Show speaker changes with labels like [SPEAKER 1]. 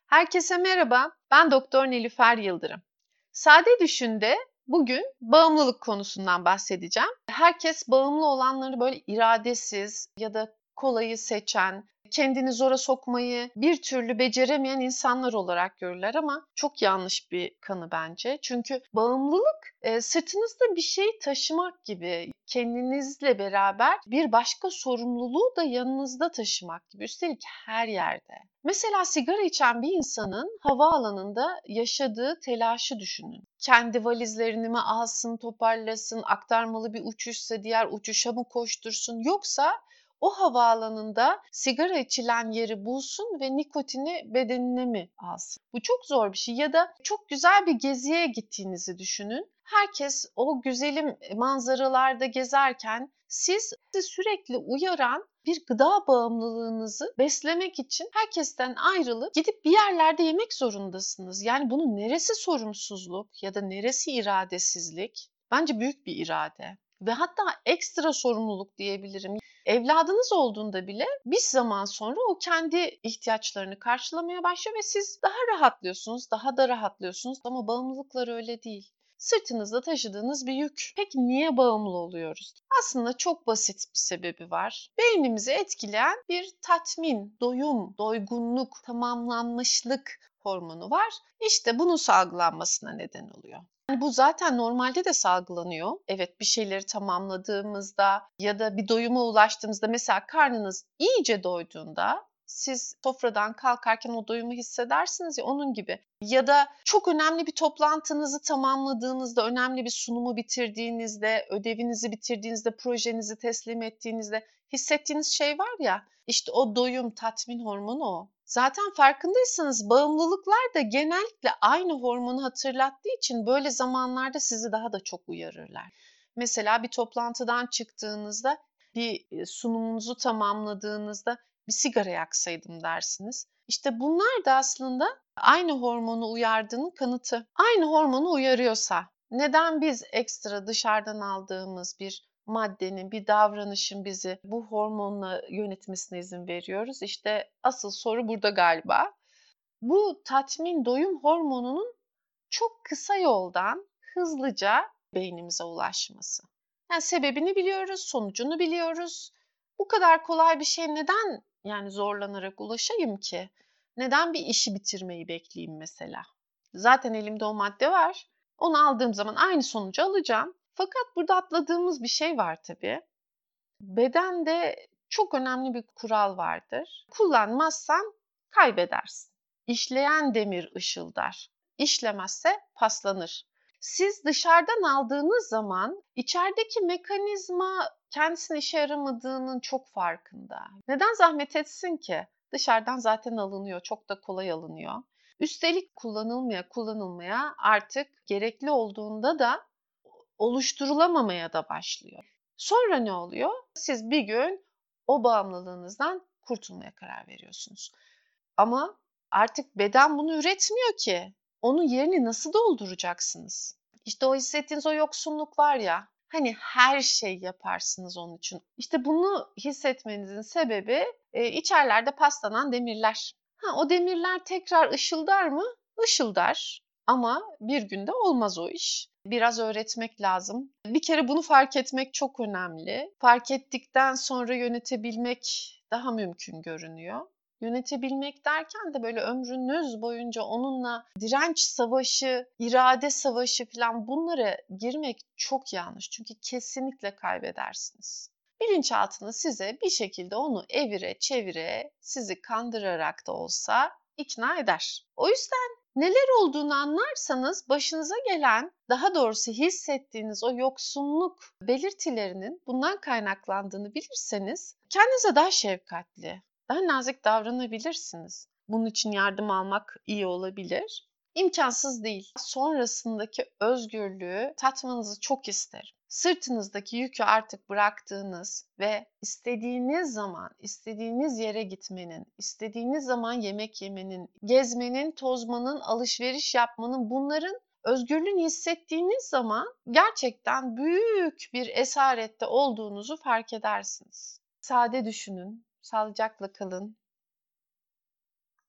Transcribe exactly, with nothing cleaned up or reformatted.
[SPEAKER 1] Herkese merhaba, ben Doktor Nilüfer Yıldırım. Sade Düşün'de bugün bağımlılık konusundan bahsedeceğim. Herkes bağımlı olanları böyle iradesiz ya da kolayı seçen, kendini zora sokmayı bir türlü beceremeyen insanlar olarak görürler ama çok yanlış bir kanı bence. Çünkü bağımlılık e, sırtınızda bir şey taşımak gibi, kendinizle beraber bir başka sorumluluğu da yanınızda taşımak gibi. Üstelik her yerde. Mesela sigara içen bir insanın havaalanında yaşadığı telaşı düşünün. Kendi valizlerini mi alsın, toparlasın, aktarmalı bir uçuşsa diğer uçuşa mı koştursun, yoksa o havaalanında sigara içilen yeri bulsun ve nikotini bedenine mi alsın? Bu çok zor bir şey. Ya da çok güzel bir geziye gittiğinizi düşünün. Herkes o güzelim manzaralarda gezerken siz sizi sürekli uyaran bir gıda bağımlılığınızı beslemek için herkesten ayrılıp gidip bir yerlerde yemek zorundasınız. Yani bunun neresi sorumsuzluk ya da neresi iradesizlik? Bence büyük bir irade ve hatta ekstra sorumluluk diyebilirim. Evladınız olduğunda bile bir zaman sonra o kendi ihtiyaçlarını karşılamaya başlıyor ve siz daha rahatlıyorsunuz, daha da rahatlıyorsunuz ama bağımlılıklar öyle değil. Sırtınızda taşıdığınız bir yük. Peki niye bağımlı oluyoruz? Aslında çok basit bir sebebi var. Beynimizi etkileyen bir tatmin, doyum, doygunluk, tamamlanmışlık hormonu var. İşte bunun salgılanmasına neden oluyor. Yani bu zaten normalde de salgılanıyor. Evet, bir şeyleri tamamladığımızda ya da bir doyuma ulaştığımızda, mesela karnınız iyice doyduğunda siz sofradan kalkarken o doyumu hissedersiniz ya, onun gibi. Ya da çok önemli bir toplantınızı tamamladığınızda, önemli bir sunumu bitirdiğinizde, ödevinizi bitirdiğinizde, projenizi teslim ettiğinizde hissettiğiniz şey var ya, işte o doyum, tatmin hormonu o. Zaten farkındaysanız bağımlılıklar da genellikle aynı hormonu hatırlattığı için böyle zamanlarda sizi daha da çok uyarırlar. Mesela bir toplantıdan çıktığınızda, bir sunumunuzu tamamladığınızda bir sigara yaksaydım dersiniz. İşte bunlar da aslında aynı hormonu uyardığının kanıtı. Aynı hormonu uyarıyorsa neden biz ekstra dışarıdan aldığımız bir maddenin, bir davranışın bizi bu hormonla yönetmesine izin veriyoruz? İşte asıl soru burada galiba. Bu tatmin, doyum hormonunun çok kısa yoldan hızlıca beynimize ulaşması. Yani sebebini biliyoruz, sonucunu biliyoruz. Bu kadar kolay bir şey neden yani zorlanarak ulaşayım ki? Neden bir işi bitirmeyi bekleyeyim mesela? Zaten elimde o madde var. Onu aldığım zaman aynı sonucu alacağım. Fakat burada atladığımız bir şey var tabii. Bedende çok önemli bir kural vardır. Kullanmazsan kaybedersin. İşleyen demir ışıldar. İşlemezse paslanır. Siz dışarıdan aldığınız zaman içerideki mekanizma kendisinin işe yaramadığının çok farkında. Neden zahmet etsin ki? Dışarıdan zaten alınıyor, çok da kolay alınıyor. Üstelik kullanılmaya kullanılmaya artık gerekli olduğunda da oluşturulamamaya da başlıyor. Sonra ne oluyor? Siz bir gün o bağımlılığınızdan kurtulmaya karar veriyorsunuz. Ama artık beden bunu üretmiyor ki. Onun yerini nasıl dolduracaksınız? İşte o hissettiğiniz o yoksunluk var ya, hani her şey yaparsınız onun için. İşte bunu hissetmenizin sebebi e, içerlerde paslanan demirler. Ha, o demirler tekrar ışıldar mı? Işıldar. Ama bir günde olmaz o iş. Biraz öğretmek lazım. Bir kere bunu fark etmek çok önemli. Fark ettikten sonra yönetebilmek daha mümkün görünüyor. Yönetebilmek derken de böyle ömrünüz boyunca onunla direnç savaşı, irade savaşı falan, bunlara girmek çok yanlış. Çünkü kesinlikle kaybedersiniz. Bilinçaltınız size bir şekilde onu evire çevire, sizi kandırarak da olsa ikna eder. O yüzden neler olduğunu anlarsanız başınıza gelen, daha doğrusu hissettiğiniz o yoksunluk belirtilerinin bundan kaynaklandığını bilirseniz kendinize daha şefkatli, daha nazik davranabilirsiniz. Bunun için yardım almak iyi olabilir. İmkansız değil. Sonrasındaki özgürlüğü tatmanızı çok isterim. Sırtınızdaki yükü artık bıraktığınız ve istediğiniz zaman, istediğiniz yere gitmenin, istediğiniz zaman yemek yemenin, gezmenin, tozmanın, alışveriş yapmanın, bunların özgürlüğünü hissettiğiniz zaman gerçekten büyük bir esarette olduğunuzu fark edersiniz. Sade düşünün, sağlıcakla kalın.